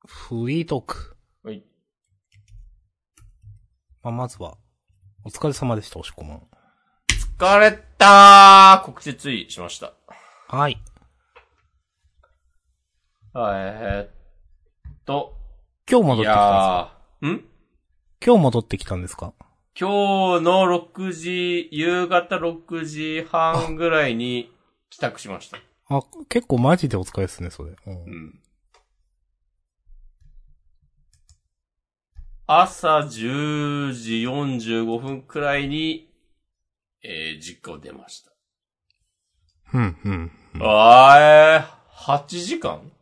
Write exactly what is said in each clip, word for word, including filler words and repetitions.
フリートーク。 はい。 まあ、まずは、お疲れ様でした、おしこまん。 疲れたー告知ついしました。 はい。 えー、っと。 今日戻ってきたんですか？ いやー、ん今日戻ってきたんですか？ 今日のろくじ、夕方ろくじはんぐらいに帰宅しました。 あ、結構マジでお疲れですね、それ。うん。 うん、朝じゅうじよんじゅうごふんくらいに、えー、実家を出ました。 うん、うん。うん、 あー、えー、はちじかん ?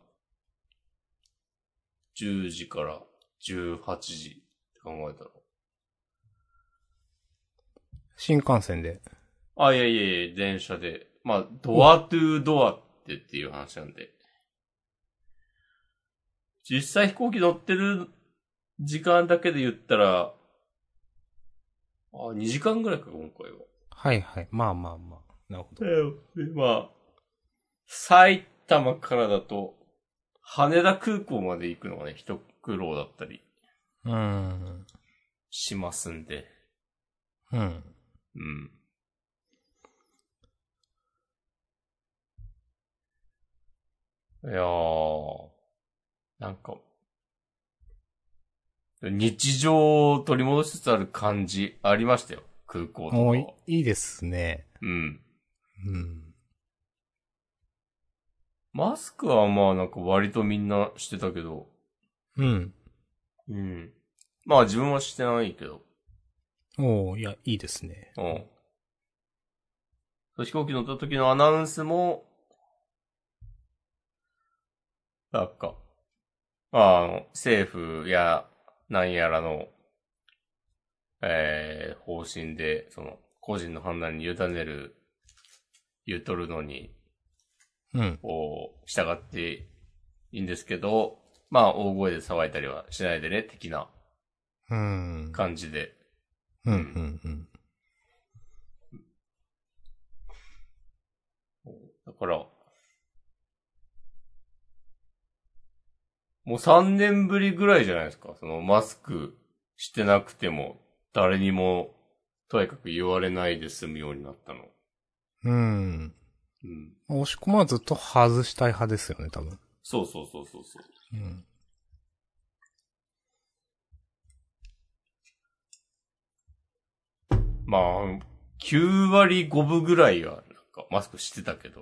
じゅう 時からじゅうはちじって考えたら。 新幹線で。 あ、いやいやいや、電車で。まあ、ドアトゥードアってっていう話なんで。実際飛行機乗ってる時間だけで言ったら、あ、にじかんぐらいか、今回は。 はいはい。まあまあまあ。なるほど。 で、まあ、埼玉からだと、羽田空港まで行くのがね、一苦労だったりうーん。 しますんで。 うん。 うん。いやー、なんか、日常を取り戻しつつある感じありましたよ。空港とかおい、 は。 いいですね。 うん。 うん。 マスクはまあなんか割とみんなしてたけど。 うん。 うん。まあ自分はしてないけど。 おー、いや、いいですね。 うん。飛行機乗った時のアナウンスも、なんか、あの、政府や何やらの、えー、方針で、その、個人の判断に委ねる、言うとるのに、 うん。 こう、従っていいんですけど、まあ大声で騒いだりはしないでね、的なうん。 感じで。 うん、ううん。 ん、うん。 だから、もうさんねんぶりぐらいじゃないですか。そのマスクしてなくても誰にもとにかく言われないで済むようになったの。 うん。 うん。 おしこまんはずっと外したい派ですよね、多分。 そうそうそうそうそう。 うん。 まあ、きゅうわりごぶぐらいはなんかマスクしてたけど、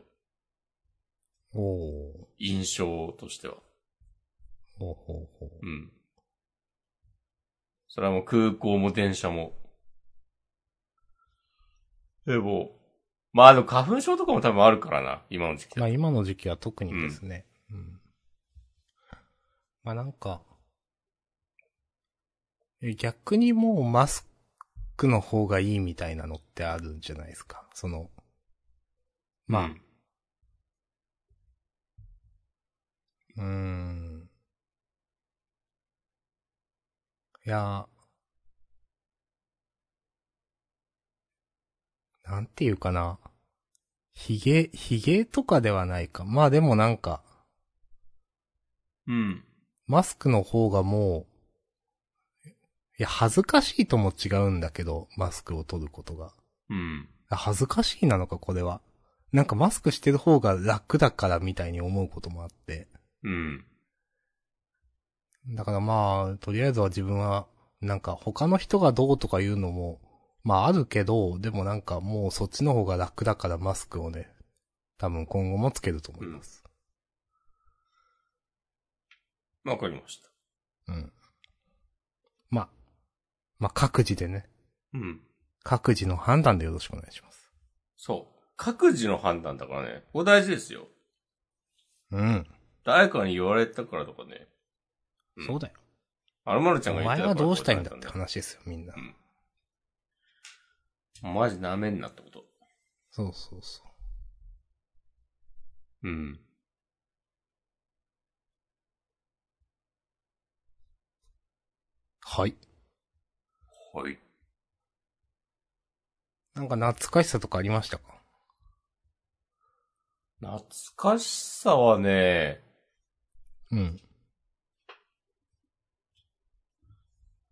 おー。 印象としては。 ほうほうほう。 うん。それはもう空港も電車も。でも、まああの花粉症とかも多分あるからな、今の時期だと。 まあ今の時期は特にうん。 ですね。うん。まあなんか、え逆にもうマスクの方がいいみたいなのってあるんじゃないですか。その、まうん。 あ、うーん。いや、なんていうかな。ヒゲ、ヒゲとかではないか。まあでもなんか、 うん。 マスクの方がもう、いや、恥ずかしいとも違うんだけど、マスクを取ることが。 うん。 恥ずかしいなのか、これは。なんかマスクしてる方が楽だからみたいに思うこともあって。 うん。 だからまあ、とりあえずは自分は、なんか他の人がどうとか言うのも、まああるけど、でもなんかもうそっちの方が楽だからマスクをね、多分今後もつけると思うん。 います。 わかりました。 うん。まあ、まあ各自でね、 うん。 各自の判断でよろしくお願いします。 そう。各自の判断だからね。これ大事ですよ。 うん。 誰かに言われたからとかね。うん。 そうだよ。 あるまるちゃんが言ってお前はたからとかどうしたいんだってじゃないからね。 話ですよ、みんな。 うん。マジ舐めんなってこと。 そうそうそうん。 う。はい。 はい。 なんか懐かしさとかありましたか？ 懐かしさはね、 うん。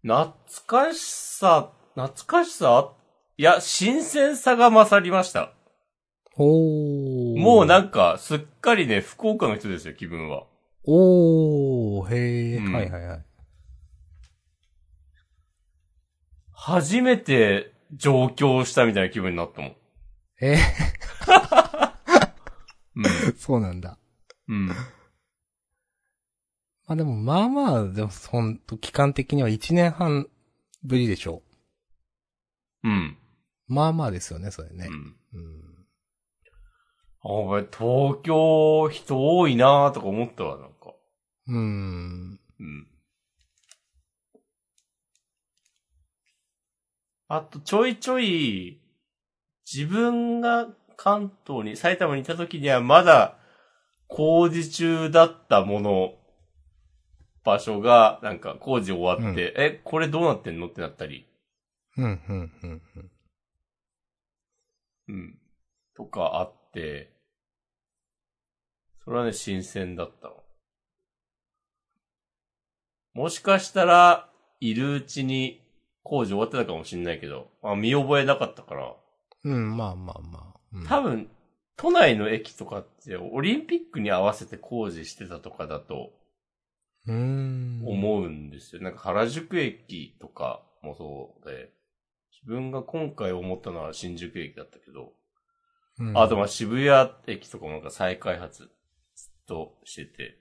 懐かしさ、懐かしさ、いや、新鮮さが勝りました。 おー。 もうなんか、すっかりね、福岡の人ですよ、気分は。 おー、へー、 うん、 はいはいはい。 初めて上京したみたいな気分になったもん。 えうん。 ー、そうなんだ。 うん。 まあでも、まあまあ、でも、ほんと、期間的にはいちねんはんぶりでしょうん。 う。まあまあですよね、それね。 うん。 うん。 あ、お前、東京人多いなーとか思ったわ、なんか。 うーん。 うん。あと、ちょいちょい、自分が関東に、埼玉にいた時にはまだ工事中だったもの、場所が、なんか工事終わうん。 って、え、これどうなってんのってなったり、 うん、うん、うん、うん。 うん。とかあって、それはね、新鮮だったの。もしかしたら、いるうちに工事終わってたかもしんないけど、まあ見覚えなかったから、 うん、まあまあまあ。うん。 多分、都内の駅とかってオリンピックに合わせて工事してたとかだとうーん。 思うんですよ。なんか原宿駅とかもそうで、自分が今回思ったのは新宿駅だったけど、 うん。 あとまあ渋谷駅とかもなんか再開発ずっとしてて、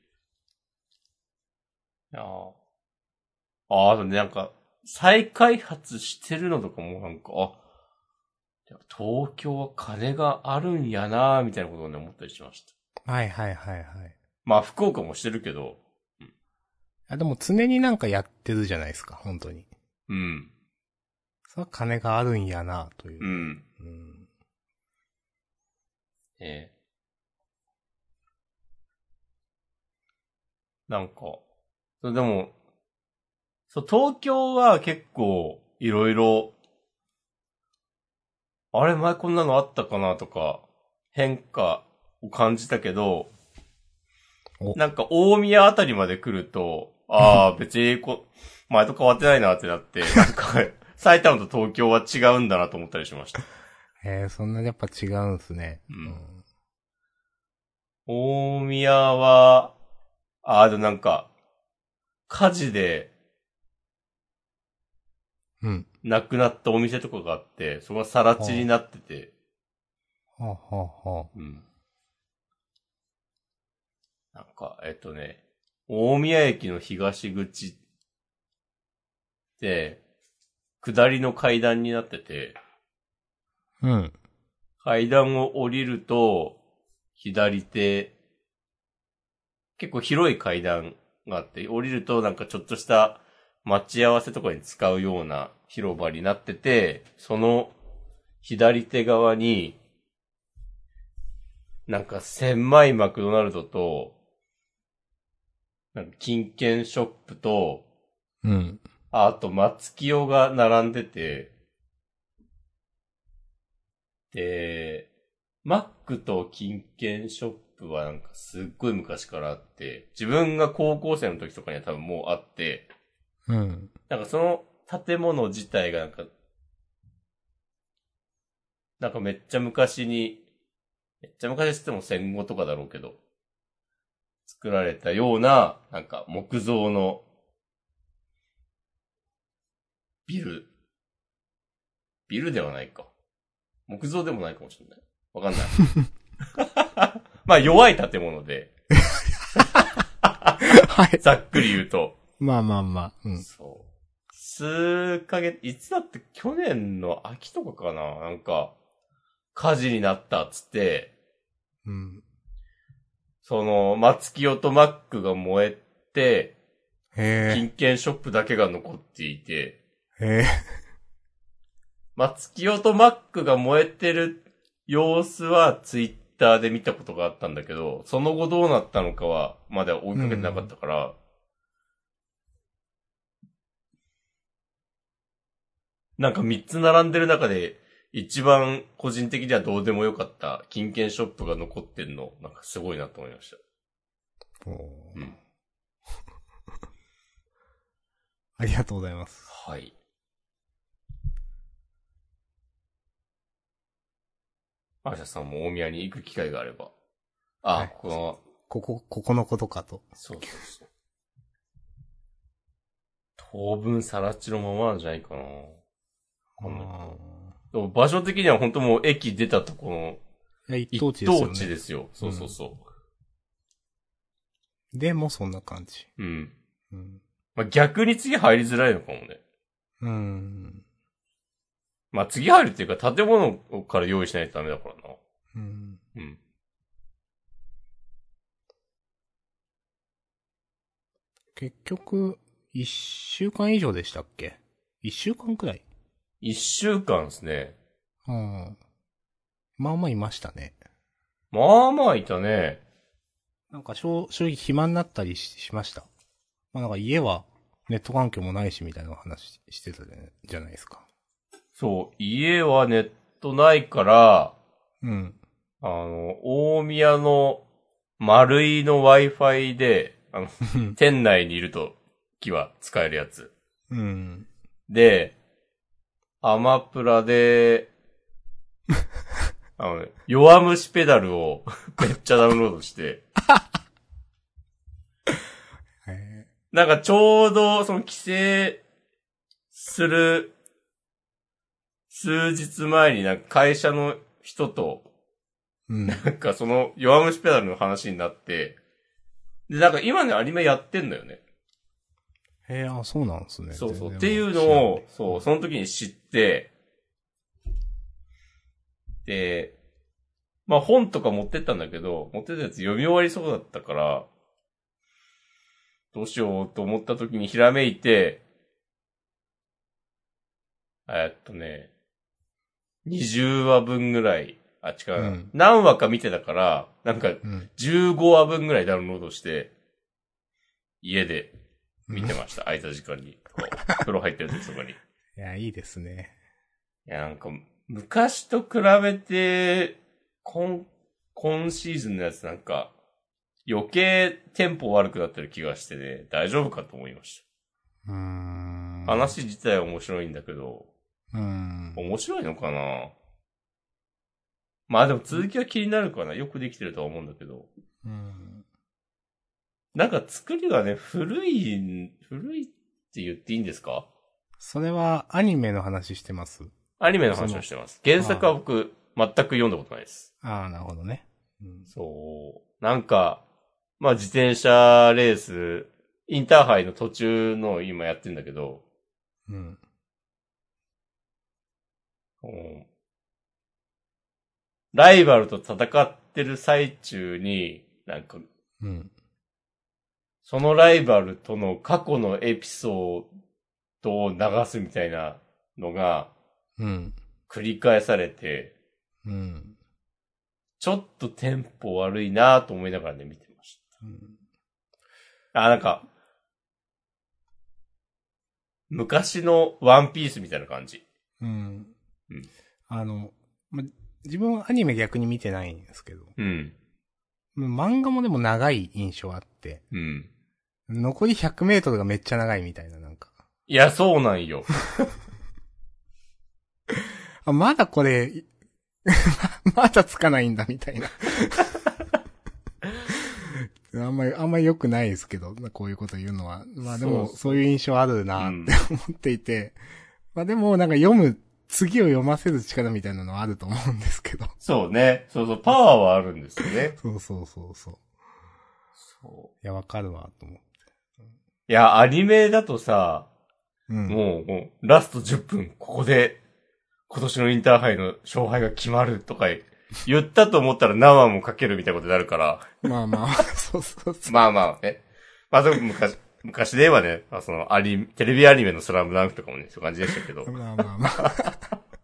いやーああとね、なんか再開発してるのとかもなんか、あ、東京は金があるんやなーみたいなことをね思ったりしました。 はいはいはいはい。 まあ福岡もしてるけど、 あ、でも常になんかやってるじゃないですか、本当に。 うん。 それは金があるんやな、というね。 うん。 うん。 ええなんか、そうでも、そう、東京は結構いろいろ、あれ前こんなのあったかなとか、変化を感じたけど、 お、 なんか大宮あたりまで来ると、ああ、別にこ、前と変わってないなってなって、なんか、埼玉と東京は違うんだなと思ったりしました。 えー、そんなにやっぱ違うんすね。 ううん。大宮は、ああ、でもなんか、火事でん。うん。 亡くなったお店とかがあって、そこが更地にはなってて、 あ、はあ、はあ、はうん。なんか、えっとね、大宮駅の東口って、下りの階段になってて、 あ。うん。 階段を降りると、左手、結構広い階段があって、降りるとなんかちょっとした待ち合わせとかに使うような広場になってて、その左手側に、なんか狭いマクドナルドと、なんか金券ショップと、 うん。 あと松清が並んでて、で、マックと金券ショップはなんかすっごい昔からあって、自分が高校生の時とかには多分もうあって、 うん。 なんかその建物自体がなんか、なんかめっちゃ昔に、めっちゃ昔って言っても戦後とかだろうけど、作られたような、なんか木造のビル、ビルではないか。木造でもないかもしれない。わかんない。まあ弱い建物で、 はい。 ざっくり言うと。 まあまあまあ。うん。 そう。数ヶ月、いつだって去年の秋とかかななんか、火事になったっつって、 うん。 その、松清とマックが燃えて、 へ金券ショップだけが残っていて、 え。へえ。 松清とマックが燃えてる様子はツイッターで見たことがあったんだけど、その後どうなったのかはまだ追いかけてなかったから、うん、なんかみっつ並んでる中で一番個人的にはどうでもよかった金券ショップが残ってんの、なんかすごいなと思いました。 おうん。 ありがとうございます。 はい。アーシャさんも大宮に行く機会があれば。あ、 はい、 この、 ここ、ここのことかと。 そうそうそう。当分さらっちのままなんじゃないかな。こんなでも場所的には本当もう駅出たとこの、 いや、一等地ですよね。 一等地ですよ。そうそうそう。 うん、でもそんな感じ。 うん。 うん、 まあ、逆に次入りづらいのかもね。 うん。 まあ、次入るっていうか建物から用意しないとダメだからな。 うん。 うん。 結局、一週間以上でしたっけ？一週間くらい？ 一週間ですね。 うん。まあまあいましたね。 まあまあいたね。 なんか正正直暇になったり し, しました。まあなんか家はネット環境もないしみたいな話してたじゃないですか。 そう、家はネットないから、 うん。 あの、大宮の丸いの Wi-Fi で、あの、店内にいるときは使えるやつ。 うん。 で、アマプラで、あのね、弱虫ペダルをめっちゃダウンロードして、 へなんかちょうどその帰省する数日前になんか会社の人と、 うん。 なんかその弱虫ペダルの話になって、で、なんか今ねアニメやってんだよね。 へえ、あ、そうなんですね。 そうそう。 全然っていうのを、そう、その時に知って、で、まあ本とか持ってったんだけど、持ってったやつ読み終わりそうだったから、どうしようと思った時にひらめいて、えっとね、にじゅうわぶんぐらい、あ、違うな、うん、何話か見てたから、なんか、じゅうごわぶんぐらいダウンロードして、家で見てました。うん、空いた時間に。風呂入ってる時とかに。いや、いいですね。 いや、なんか、昔と比べて、今、今シーズンのやつなんか、余計テンポ悪くなってる気がしてね、大丈夫かと思いました。 うーん。 話自体は面白いんだけど、 うーん。 面白いのかな？まあでも続きは気になるかな。よくできてるとは思うんだけど。 うん。 なんか作りがね、古い、古いって言っていいんですか？ それはアニメの話してます？ アニメの話をしてます。原作は僕、全く読んだことないです。 ああ、なるほどね。 うん、そう。なんか、まあ自転車レース、インターハイの途中の今やってんだけど、 うん。 うん、ライバルと戦ってる最中に、なんか、 うん。 そのライバルとの過去のエピソードを流すみたいなのが、 うん。 繰り返されて、 うん。 ちょっとテンポ悪いなと思いながらね、見てました。 うん、 あ、なんか、昔のワンピースみたいな感じ。 うん。 うん。 あの、ま、自分はアニメ逆に見てないんですけど。 うん。 漫画もでも長い印象あって。 うん。 残りひゃくメートルがめっちゃ長いみたいな、なんか。 いや、そうなんよ。 あ、まだこれ、まだつかないんだ、みたいな。あんまり、あんまり良くないですけど、こういうこと言うのは。まあでも、そう、そういう印象あるなって思っていて。うん、まあでも、なんか読む、次を読ませる力みたいなのはあると思うんですけど。 そうね。そうそう、パワーはあるんですよね。 そうそうそうそう。そう。いや、わかるわ、と思って。 いや、アニメだとさ、 うん、 もう、もう、ラストじゅっぷん、ここで、今年のインターハイの勝敗が決まるとか言ったと思ったら生もかけるみたいなことになるから。 まあまあ、そうそうそう。 まあまあね。まあでも昔、昔で言えばね、まあ、そのアニメ、テレビアニメのスラムダンクとかもね、そういう感じでしたけど。 まあまあまあ。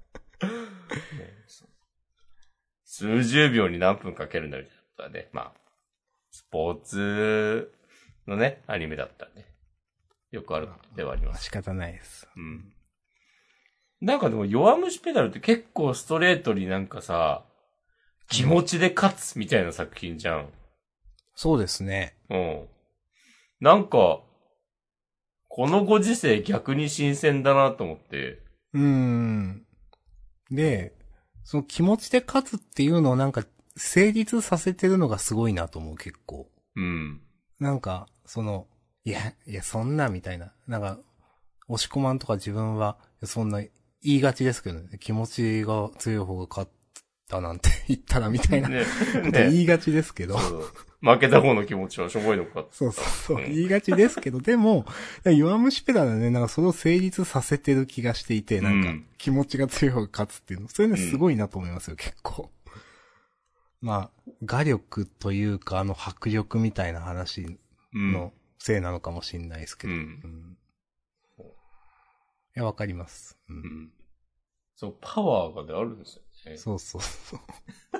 数十秒に何分かけるんだみたいなことはね、まあ、スポーツのね、アニメだったらね、よくあることではあります。 仕方ないです。 うん。なんかでも弱虫ペダルって結構ストレートになんかさ、気持ちで勝つみたいな作品じゃん。 そうですね。 うん。なんか、 このご時世逆に新鮮だなと思って。 うーん。で、その気持ちで勝つっていうのをなんか成立させてるのがすごいなと思う、結構。 うん。 なんか、その、いや、いや、そんな、みたいな。なんか、押し込まんとか自分は、そんな、言いがちですけどね。気持ちが強い方が勝ったなんて言ったら、みたいな、 ね。 こと言いがちですけど。 そう負けた方の気持ちはしょぼいのか。 そうそうそう、 うん、 言いがちですけど、でも、弱虫ペダルはね、なんかそれを成立させてる気がしていて、なんか、気持ちが強い方が勝つっていうの。それね、すごいなと思いますよ、結構。まあ、画力というか、あの迫力みたいな話のせいなのかもしれないですけど。うん。うん、いや、わかります。うん。うん、 そう、パワーがね、あるんですよね。 そうそうそう。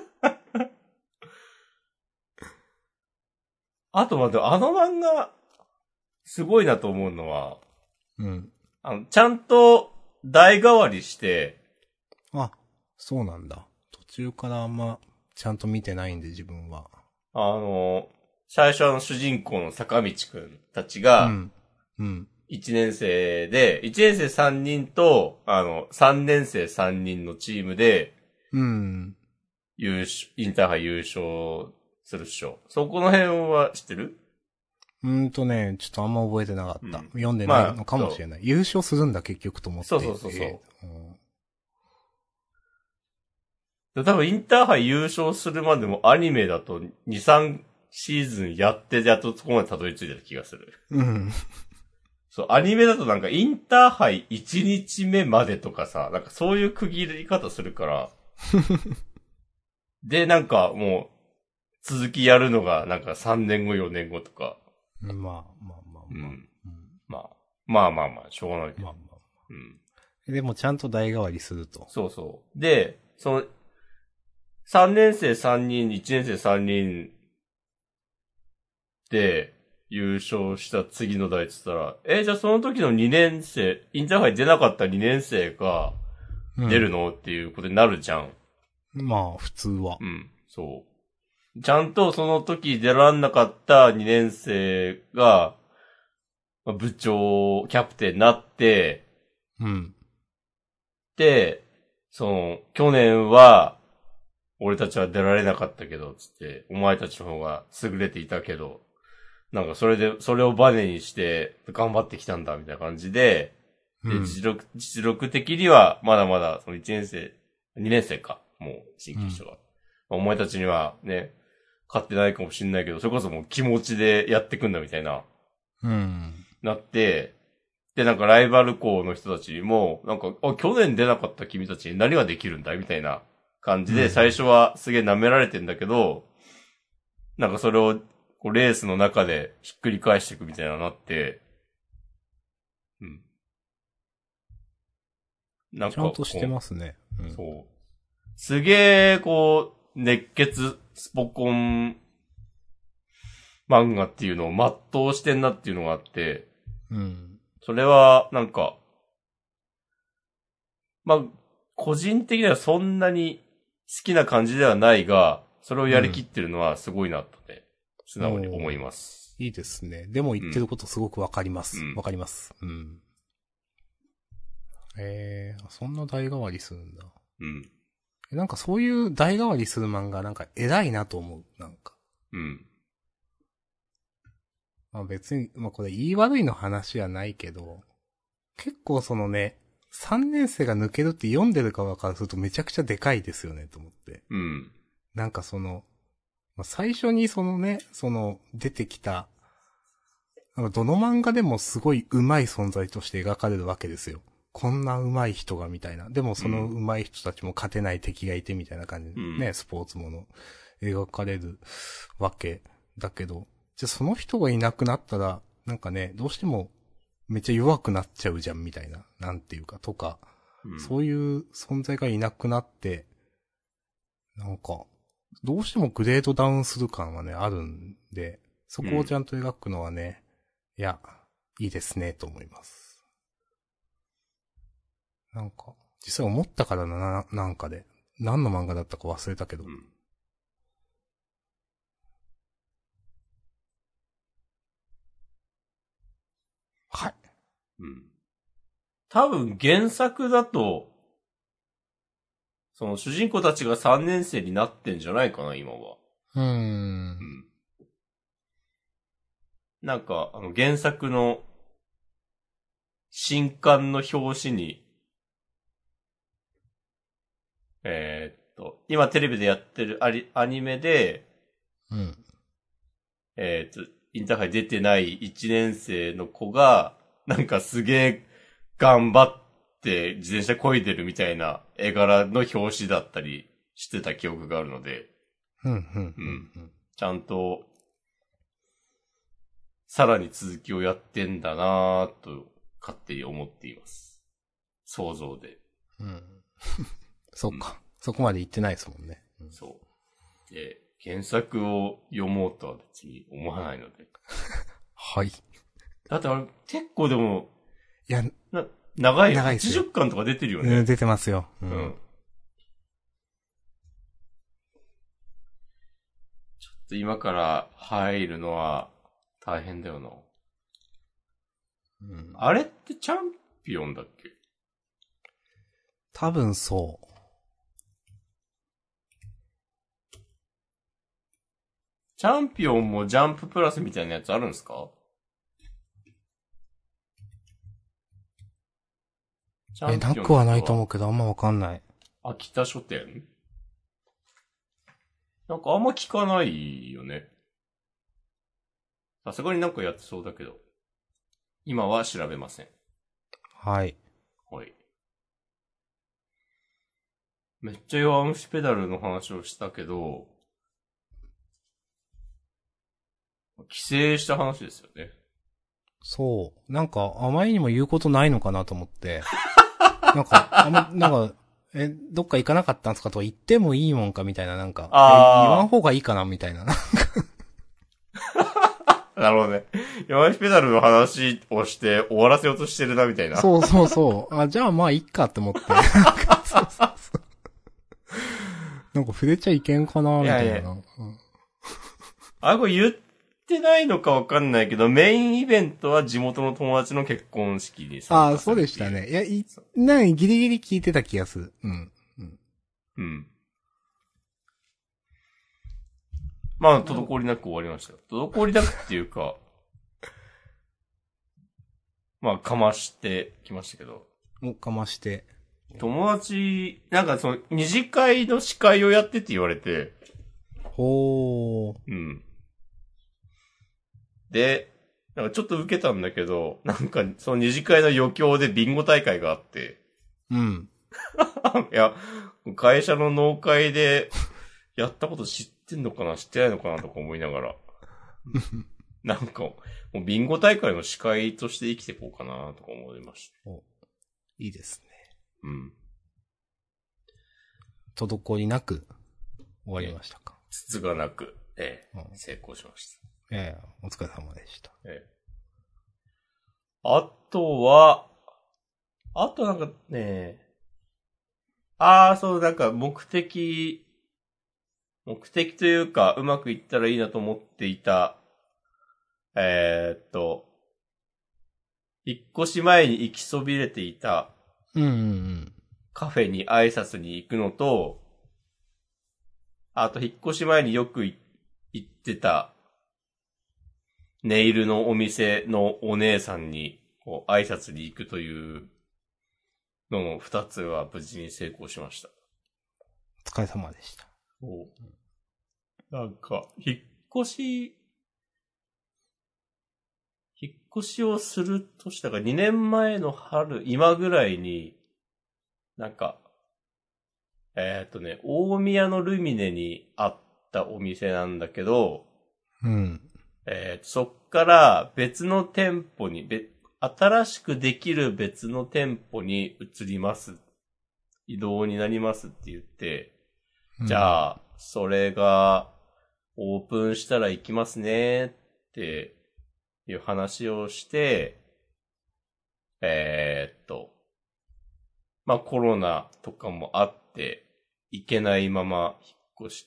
あと待って、あの漫画、すごいなと思うのは、 うん。 あの、ちゃんと代替わりして、 あ、そうなんだ。途中からあんま、ちゃんと見てないんで、自分は。 あの、最初の主人公の坂道くんたちが、うん。うん。いちねん生で、いちねん生さんにんと、あの、さんねん生さんにんのチームで、 うん。 優勝、インターハイ優勝するっしょ。そこの辺は知ってる？ うーんとね、ちょっとあんま覚えてなかった。うん、読んでないのかもしれない。まあ、優勝するんだ、結局と思って。 そうそうそうそう。うん、多分インターハイ優勝するまでもアニメだとに、さんシーズンやってやっとそこまでたどり着いてた気がする。うん。そう、アニメだとなんかインターハイいちにちめまでとかさ、なんかそういう区切り方するから。で、なんかもう、続きやるのがなんかさんねんご、よねんごとか。 まあ、まあまあまあ。うん。うん、 まあ、まあまあまあ、しょうがないけど。まあまあ。 うん。でもちゃんと代替わりすると。 そうそう。で、その、さんねん生さんにん、いちねん生さんにんで優勝した次の代って言ったら、え、じゃあその時のにねん生、インターハイ出なかったにねん生が出るの、うん、っていうことになるじゃん。 まあ、普通は。 うん、そう。ちゃんとその時出らんなかったにねん生が、部長、キャプテンになって、うん。で、その、去年は、俺たちは出られなかったけど、つって、お前たちの方が優れていたけど、なんかそれで、それをバネにして頑張ってきたんだ、みたいな感じで、で、うん、実力、実力的には、まだまだ、そのいちねん生、にねん生か、もう、新規人が、うん。お前たちにはね、勝ってないかもしんないけど、それこそもう気持ちでやってくんだ、みたいな。うん。なって、で、なんかライバル校の人たちにも、なんか、あ、去年出なかった君たちに何ができるんだみたいな感じで、最初はすげえ舐められてんだけど、うん、なんかそれを、こうレースの中でひっくり返していくみたいななって、うん。 なんか。ちゃんとしてますね。 うん、そう。すげえ、こう、熱血、スポコン、漫画っていうのを全うしてんなっていうのがあって、うん。それは、なんか、まあ、個人的にはそんなに好きな感じではないが、それをやりきってるのはすごいなとね、うん、素直に思います。 いいですね。でも言ってることすごくわかります。わ、うん、かります。うん。えー、そんな代替わりするんだ。うん。なんかそういう代替わりする漫画なんか偉いなと思う。なんか。うん。まあ別に、まあこれ言い悪いの話はないけど、結構そのね、さんねん生が抜けるって読んでる側からするとめちゃくちゃでかいですよね、と思って。うん。なんかその、まあ、最初にそのね、その出てきた、なんかどの漫画でもすごい上手い存在として描かれるわけですよ。こんな上手い人がみたいな。でもその上手い人たちも勝てない敵がいてみたいな感じでね、うん、スポーツもの描かれるわけだけど、じゃあその人がいなくなったら、なんかね、どうしてもめっちゃ弱くなっちゃうじゃんみたいな、なんていうか、とか、うん、そういう存在がいなくなって、なんか、どうしてもグレードダウンする感はね、あるんで、そこをちゃんと描くのはね、うん、いや、いいですね、と思います。なんか、実際思ったからな、な、なんかで。何の漫画だったか忘れたけど。うん、はい。 うん。多分原作だと、その主人公たちがさんねん生になってんじゃないかな、今は。 うーん。 うん。なんか、あの原作の新刊の表紙に、えーっと、今テレビでやってるアリアニメで、 うん。 えーっと、インターハイ出てないいちねん生の子が、なんかすげえ頑張って自転車漕いでるみたいな絵柄の表紙だったりしてた記憶があるので、 うん、うん、うん。 ちゃんと、さらに続きをやってんだなぁと、勝手に思っています。想像で。 うん。そっか、うん。そこまで言ってないですもんね。 うん、そう。で、原作を読もうとは別に思わないので。 はい。 だってあれ、結構でも、 いや、 な、長いよ。 長いっすよ。 はちじゅっかんとか出てるよね。 うん、出てますよ。うん。うん、 ちょっと今から入るのは大変だよな。うん、あれってチャンピオンだっけ？ 多分そう。 チャンピオンもジャンププラスみたいなやつあるんですか？ え、なくはないと思うけど、あんまわかんない。 秋田書店？なんかあんま聞かないよね。さすがになんかやってそうだけど。今は調べません。 はい。 はい。めっちゃ弱虫ペダルの話をしたけど、規制した話ですよね。 そう。なんか、あまりにも言うことないのかなと思って。なんか、あんま、なんか、え、どっか行かなかったんですかとか言ってもいいもんかみたいな、なんか、 あ言わん方がいいかなみたいな。 なるほどね。山梨ペダルの話をして終わらせようとしてるな、みたいな。 そうそうそう。あ、じゃあまあいっかって思って。そうそうそう。なんか触れちゃいけんかなみたいな。いやいやうん、 あ、これ言ってないのかわかんないけど、メインイベントは地元の友達の結婚式に参加する。 ああ、そうでしたね。いや、い、なにギリギリ聞いてた気がする。うん。うん。 うん。まあ、滞りなく終わりました。滞りなくっていうか、まあ、かましてきましたけど。 もうかまして。 友達、なんかその、二次会の司会をやってって言われて。 ほー。 うん。で、なんかちょっと受けたんだけど、なんかその二次会の余興でビンゴ大会があって。 うん。 いや、会社の農会でやったこと知ってんのかな知ってないのかなとか思いながら。なんか、もうビンゴ大会の司会として生きていこうかなとか思いました。 お、いいですね。 うん。 滞りなく終わりましたか。 つつがなく、ええ、うん、成功しました。 ええ、お疲れ様でした。 ええ。あとは、あとなんかね、ああ、そう、なんか目的、目的というか、うまくいったらいいなと思っていた、えー、っと、引っ越し前に行きそびれていた、 うんうんうん。 カフェに挨拶に行くのと、あと引っ越し前によく行ってた、ネイルのお店のお姉さんに、こう、挨拶に行くというのの二つは無事に成功しました。 お疲れ様でした。 おなんか、引っ越し、引っ越しをするとしたかにねんまえの春、今ぐらいに、なんか、えっとね、大宮のルミネにあったお店なんだけど、 うん。 えー、そっから別の店舗に、べ、新しくできる別の店舗に移ります。移動になりますって言って、うん、じゃあ、それがオープンしたら行きますねっていう話をして、えー、っと、まあコロナとかもあって行けないまま引っ越して、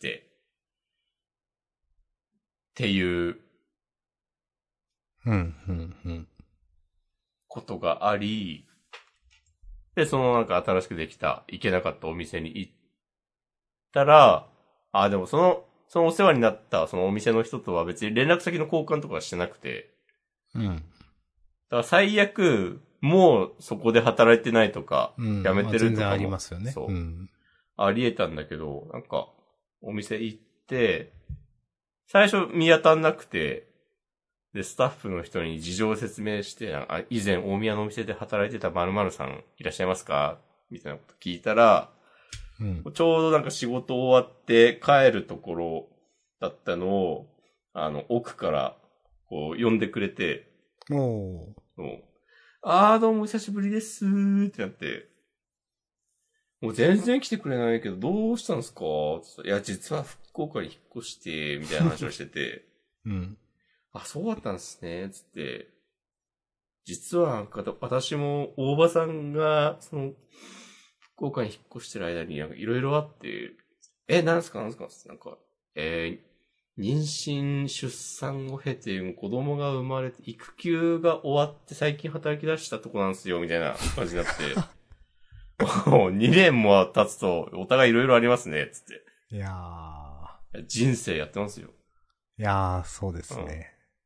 っていう、 うん、うん、うん。 ことがあり、で、そのなんか新しくできた、行けなかったお店に行ったら、あ、でもその、そのお世話になったそのお店の人とは別に連絡先の交換とかはしてなくて、 うん。 だから最悪、もうそこで働いてないとか、 うん。 辞めてるとかも、 まあ全然ありますよね。 そう。 うん。 あり得たんだけど、なんか、お店行って、最初見当たんなくて、で、スタッフの人に事情を説明して、あ以前大宮のお店で働いてた〇〇さんいらっしゃいますかみたいなこと聞いたら、 うん。 ちょうどなんか仕事終わって帰るところだったのを、あの、奥から、こう、呼んでくれて、 おー。 もうあー、どうもお久しぶりですーってなって、もう全然来てくれないけど、どうしたんですかいや、実は福岡に引っ越して、みたいな話をしてて、 うん。 あ、そうだったんですね、つって、実はなんか私も大場さんが、その、福岡に引っ越してる間になんかいろいろあって、え、なんすかなんすかなんか、えー、妊娠、出産を経て、子供が生まれて、育休が終わって最近働き出したとこなんですよ、みたいな感じになって、もうにねんも経つと、お互いいろいろありますね、つって。 いやー。 人生やってますよ。 いやー、そうですね。 うん、 いや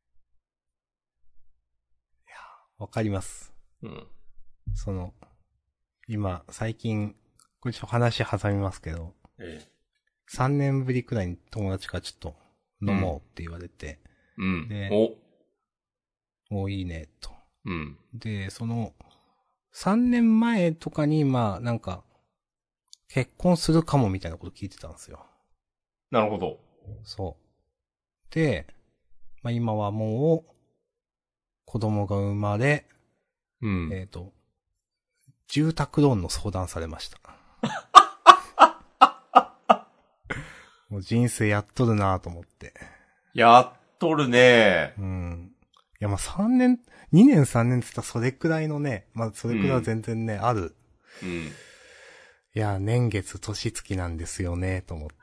ー、わかります。 うん。 その、今、最近、これちょっと話挟みますけど、 ええ。 さんねんぶりくらいに友達からちょっと飲もうって言われて、 うん。 で、 お。 お、いいね、と。 うん。 で、その、さんねんまえとかに、まあ、なんか、結婚するかもみたいなこと聞いてたんですよ。 なるほど。 そう。で、まあ今はもう、子供が生まれ、 うん。 えっと、住宅ローンの相談されました。もう人生やっとるなぁと思って。 やっとるね。 うん。いやまあさんねん、にねんさんねんって言ったらそれくらいのね、まあそれくらいは全然ね、うん、ある。 うん。 いや、年月年月なんですよね、と思って。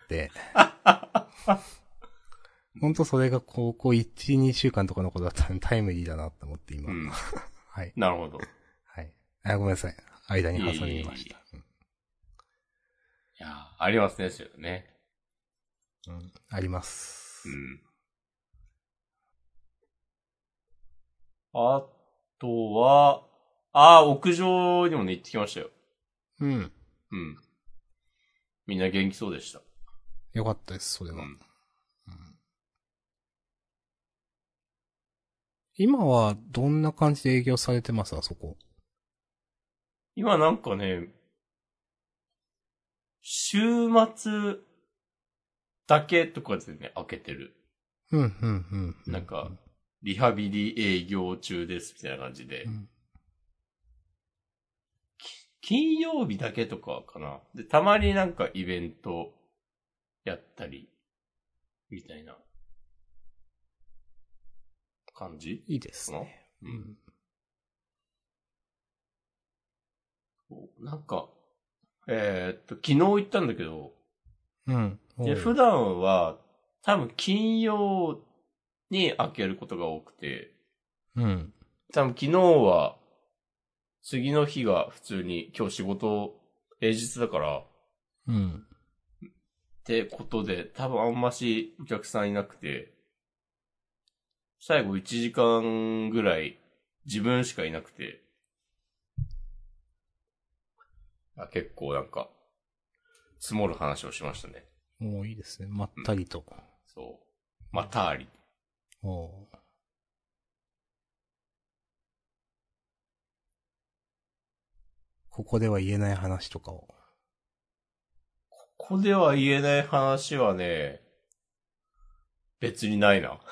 ほんとそれが高校いち、にしゅうかんとかのことだったらタイムリーだなと思って今。うん、はい。 なるほど。 はい。あ、ごめんなさい。間に挟みました。 いや、ありますね、それね。 うん、あります。 うん。あとは、ああ、屋上にもね、行ってきましたよ。 うん。 うん。みんな元気そうでした。 よかったです、それは。うんうん、今はどんな感じで営業されてますあそこ。 今なんかね、週末だけとかでね、開けてる。 うん、うん、うん。 なんか、リハビリ営業中です、みたいな感じで。うん、金曜日だけとかかな。で、たまになんかイベントやったり、みたいな感じいいですね。 うん。なんか、えー、っと、昨日行ったんだけど、 うん。 で、普段は、多分金曜に開けることが多くて、 うん。 多分昨日は、次の日が普通に今日仕事平日だから、 うん。 ってことで、多分あんましお客さんいなくて、最後いちじかんぐらい自分しかいなくて、あ結構なんか、積もる話をしましたね。 もういいですね。まったりと。うん、 そう。まったり。 おここでは言えない話とかを。 ここでは言えない話はね、別にないな。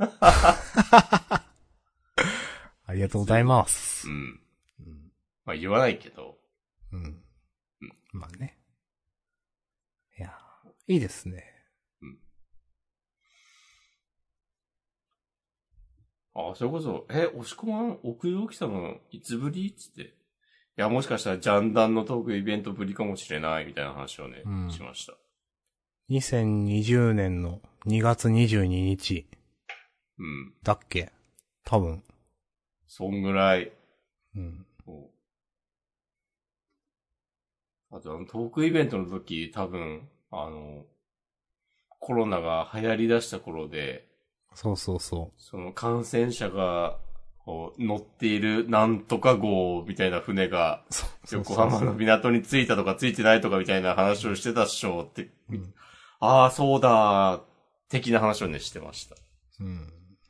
ありがとうございます。 うん。うん、まあ言わないけど。 うん。うん。まあね。いや、いいですね。うん。 あ、それこそ、え、押し込まん、奥上来たの、いつぶりつって。いや、もしかしたらジャンダンのトークイベントぶりかもしれない、みたいな話をね、うん、しました。 にせんにじゅうねんのにがつにじゅうににち。 うん。 だっけ多分。 そんぐらい。 うん。 そうあと、あの、トークイベントの時、多分、あの、コロナが流行り出した頃で、 そうそうそその感染者が、こう、乗っているなんとか号みたいな船が、 う。そうそう横そうそう。 浜の港に着いたとか着いてないとかみたいな話をしてたっしょって、 うん。 ああ、そうだ、的な話をね、してました。 うん。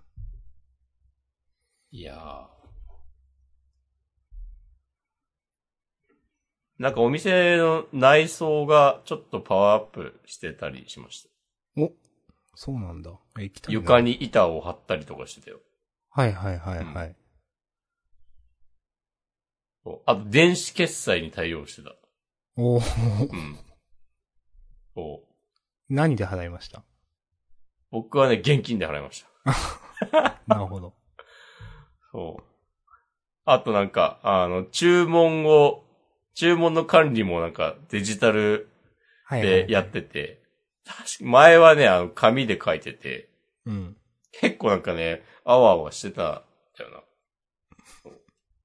いやー。なんかお店の内装がちょっとパワーアップしてたりしました。 お、そうなんだ。え行きたいな。 床に板を張ったりとかしてたよ。 はいはいはいうんはい。 そうあと、電子決済に対応してた。 おーうん。そう。 何で払いました？ 僕はね、現金で払いました。 なるほど。 そう。あとなんか、あの、注文を、注文の管理もなんかデジタルはいはい、はい。 でやってて、確か前はね、あの、紙で書いてて、 うん。 結構なんかね、あわあわしてたんだよな。そう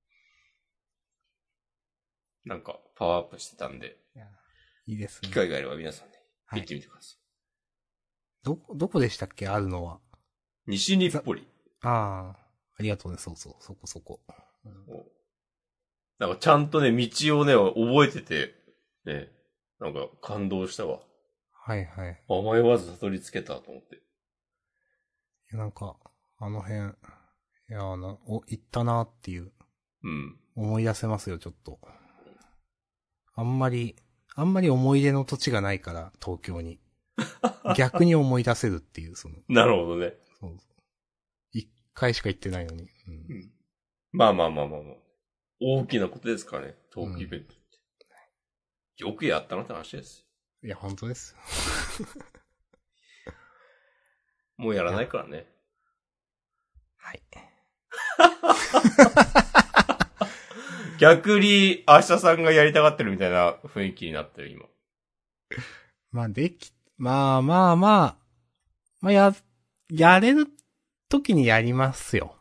なんか、パワーアップしてたんで、 いやいいですね。 機会があれば皆さんね、 はい。 行ってみてくださど、どこでしたっけあるのは。 い。西日ざ、 暮里。 ああ、ありがとうね。そうそう、そこそこ。うん、 なんかちゃんとね、道をね、覚えてて、ね、なんか感動したわ。 はいはい。 あ、迷わずたどり着けたと思って。 いやなんか、あの辺、いやな、お、行ったなっていう、 うん。 思い出せますよ、ちょっと。あんまり、あんまり思い出の土地がないから、東京に。逆に思い出せるっていう、その、 なるほどね。 そう一回しか行ってないのに。 うん。まあまあまあまあまあ。大きなことですからね、トうん。 ークイベントって。よくやったなって話です。 いや、本当です。 もうやらいや、 ないからね。 はい。 逆に、明日さんがやりたがってるみたいな雰囲気になってる、今。 まあ、でき、まあまあまあ、まあ、や、やれる時にやりますよ。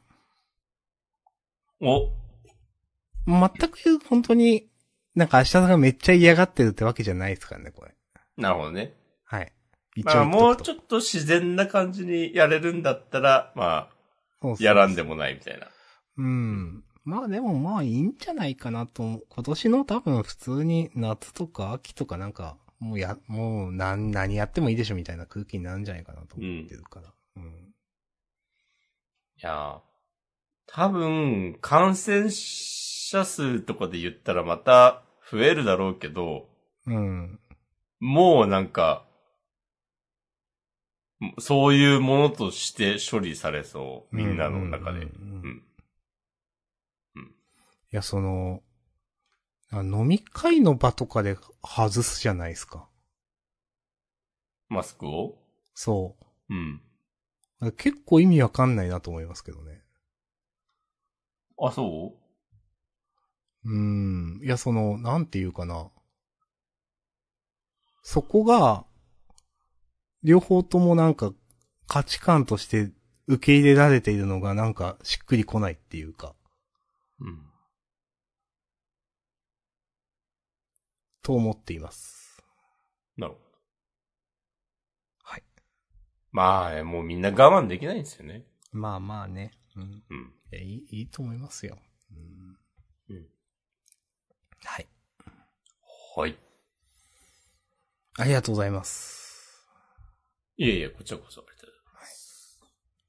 お、 全く本当に、なんか明日さんがめっちゃ嫌がってるってわけじゃないですからね、これ。 なるほどね。 はい。一応まあ、 言っとくと。 もうちょっと自然な感じにやれるんだったら、まあ、 そうやそうそう。 らんでもないみたいな。 うん。まあでもまあいいんじゃないかなと思う。今年の多分普通に夏とか秋とかなんか、もうや、もう何、何やってもいいでしょみたいな空気になるんじゃないかなと思ってるから。うん。 いやー、多分、感染者数とかで言ったらまた増えるだろうけど、 うん。 もうなんか、そういうものとして処理されそう。 うん。うん。 みんなうん。うの中で。うん。 ん。うん。 いや、その、あ飲み会の場とかで外すじゃないですか。 マスクをそうん。 う。結構意味わかんないなと思いますけどね。 あ、そうーん。いや、その、なんていうかな。そこが、両方ともなんか、価値観として受け入れられているのがなんか、しっくりこないっていうか、 ううん。 と思っています。 なるほど。 はい。 まあ、もうみんな我慢できないんですよね。 まあまあね。うん。 うん。 いや、いい、いいと思いますよ。うん。 うん。 はい。 はい。 ありがとうございます。 いえいえ、こちらこそありがとうございます。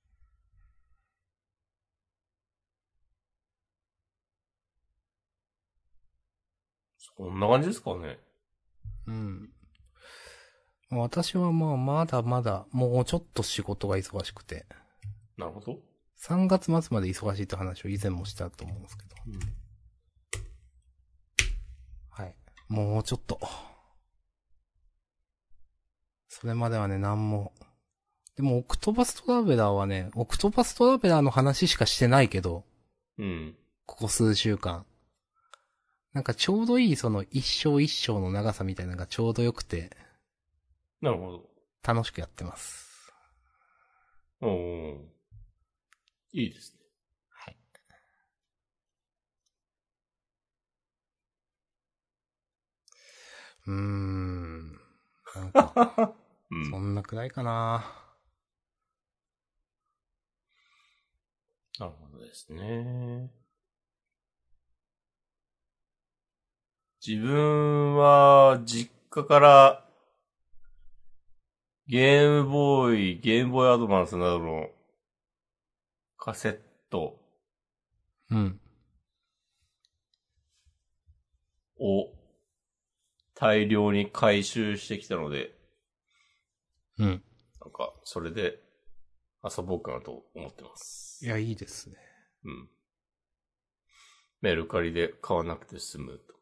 そんな感じですかね。 うん。私はまあ、まだまだ、もうちょっと仕事が忙しくて、 なるほど。 さんがつ末まで忙しいって話を以前もしたと思うんですけど。 うん。 はい。もうちょっと。それまではね、なんも。でも、オクトパストラベラーはね、オクトパストラベラーの話しかしてないけど、 うん。 ここ数週間。なんかちょうどいいその一章一章の長さみたいなのがちょうど良くて、 なるほど。 楽しくやってます。 おー。いいですね。 はい。 うーん。なんか、 うん。 そんなくらいかな。 なるほどですね。自分は、実家から、ゲームボーイ、ゲームボーイアドバンスなどのカセットうん。 を大量に回収してきたので、 うん。 なんか、それで遊ぼうかなと思ってます。 いや、いいですね。 うん。メルカリで買わなくて済むと。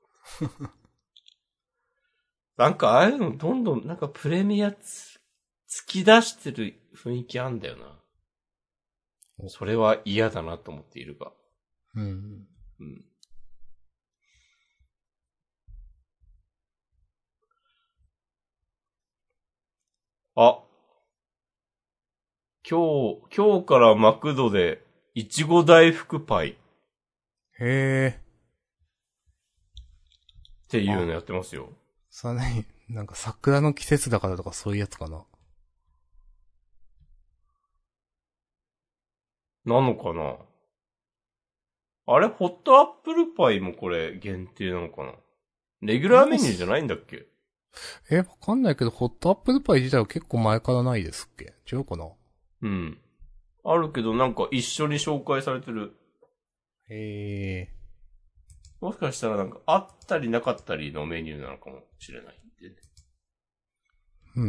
なんか、ああいうのどんどん、なんかプレミアつ、突き出してる雰囲気あんだよな。それは嫌だなと思っているが。 うん。 うん。あ、今日、今日からマクドで、いちご大福パイっへえ。 ていうのやってますよ。 さらに、なんか桜の季節だからとかそういうやつかな。 なのかな。あれ、ホットアップルパイもこれ限定なのかな。レギュラーメニューじゃないんだっけ。 え、わかんないけど、ホットアップルパイ自体は結構前からないですっけ？違うかな？ うん。あるけどなんか一緒に紹介されてる。 へえ。 もしかしたらなんかあったりなかったりのメニューなのかもしれないんでね。 うん、うん、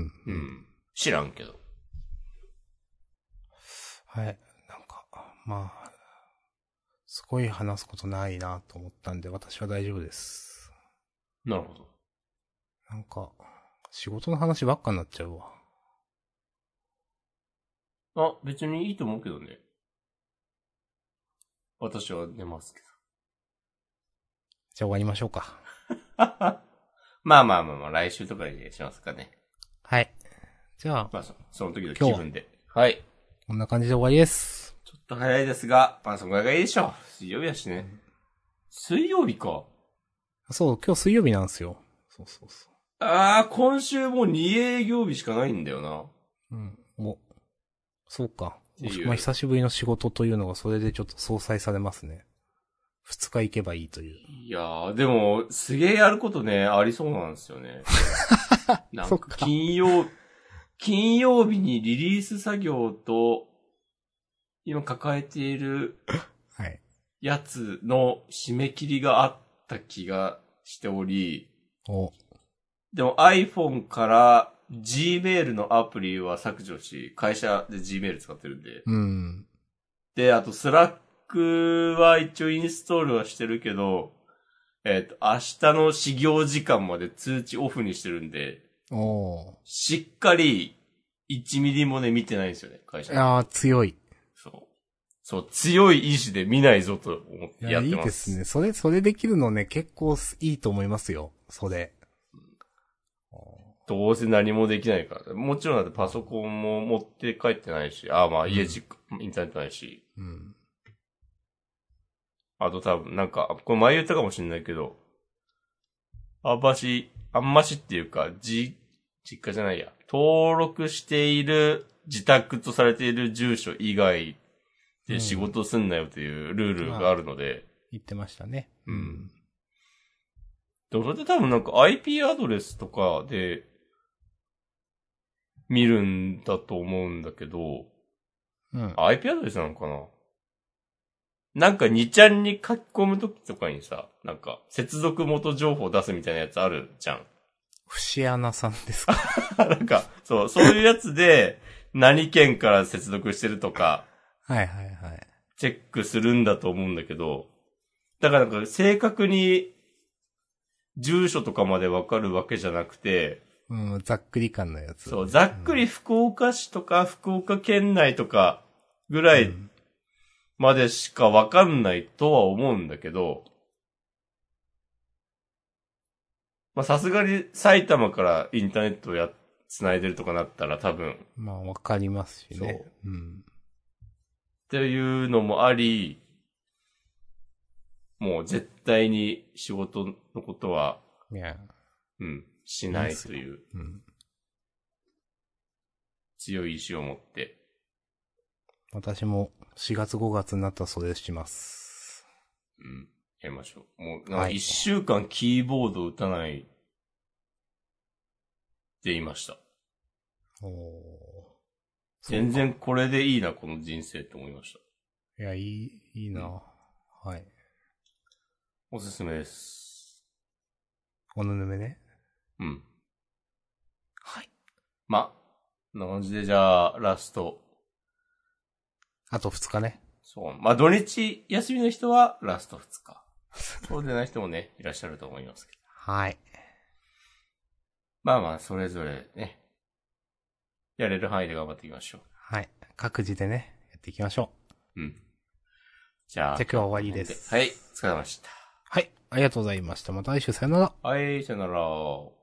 うん。知らんけど。 はい。なんか、まあ、すごい話すことないなと思ったんで、私は大丈夫です。 なるほど。 なんか、仕事の話ばっかになっちゃうわ。 あ、別にいいと思うけどね。私は寝ますけじゃあ終わりましょうか。 ど。まあまあまあまあ、来週とかにしますかね。 はい。じゃあ、 まあそ、その時の気分で。はい。 こんな感じで終わりです。 ちょっと早いですが、まあそこがいいでしょう。水曜日だしね。水曜日か。 そう、今日水曜日なんですよ。そうそうそああ、今週もに営業日しかないんだよな。 う。うん。お、そうか。 ていうまあ、久しぶりの仕事というのがそれでちょっと相殺されますね。二日行けばいいという。 いやー、でも、すげえやることね、ありそうなんですよね。なんかそっか金曜、金曜日にリリース作業と、今抱えているはい。 やつの締め切りがあった気がしており、 お、 でも iPhone から Gmail のアプリは削除し、会社で Gmail 使ってるんで。 うん。 で、あと Slack は一応インストールはしてるけど、えっと、明日の始業時間まで通知オフにしてるんで、 おー。 しっかりいちミリもね見てないんですよね、会社で。 いやー、強い。 そう。そう、強い意志で見ないぞと思っていや、いやってます。 いですね。それ、それできるのね、結構いいと思いますよ。それ。 どうせ何もできないから。もちろんだってパソコンも持って帰ってないし、あ、まあ家実家、インターネットないし。 うん。 あと多分なんか、これ前言ったかもしれないけど、あんまし、あんましっていうか、じ、実家じゃないや。登録している自宅とされている住所以外で仕事すんなよというルールがあるので。 言ってましたね。 うん。でもそれで多分なんか アイピー アドレスとかで見るんだと思うんだけど、 うん。 アイピー アドレスなのかな。なんかにちゃんに書き込むときとかにさ、なんか接続元情報出すみたいなやつあるじゃん。 節穴さんですか？ なんか、そう、そういうやつで何県から接続してるとか、 はいはいはい。 チェックするんだと思うんだけど、だからなんか正確に住所とかまでわかるわけじゃなくて、 うん、ざっくり感のやつ。 そう、ざっくり福岡市とか福岡県内とかぐらいまでしかわかんないとは思うんだけど、まあさすがに埼玉からインターネットをや、繋いでるとかなったら多分。 まあわかりますしね。 そう。 うん。 っていうのもあり、もう絶対に仕事のことは、 いや、 うん。しないという。 うん。 強い意志を持って。 私もしがつごがつになったらそれします。 うん。やりましょう。もう、なんか一週間キーボード打たないって言いました。 おー。 全然これでいいな、この人生って思いました。 いや、いい、いいな、うん、はい。 おすすめです。 おぬぬめね。 うん。 はい。 ま、こんな感じでじゃあ、ラスト。 あとふつかね。 そう。まあ、土日休みの人はラストふつか。そうでない人もね、いらっしゃると思いますけど。 はい。 まあまあ、それぞれね、やれる範囲で頑張っていきましょう。 はい。各自でね、やっていきましょう。うん。じゃあ、 じゃあ今日は終わりです。 はい、お疲れ様でした。 はい、ありがとうございました。また来週さよなら。 はい、さよなら。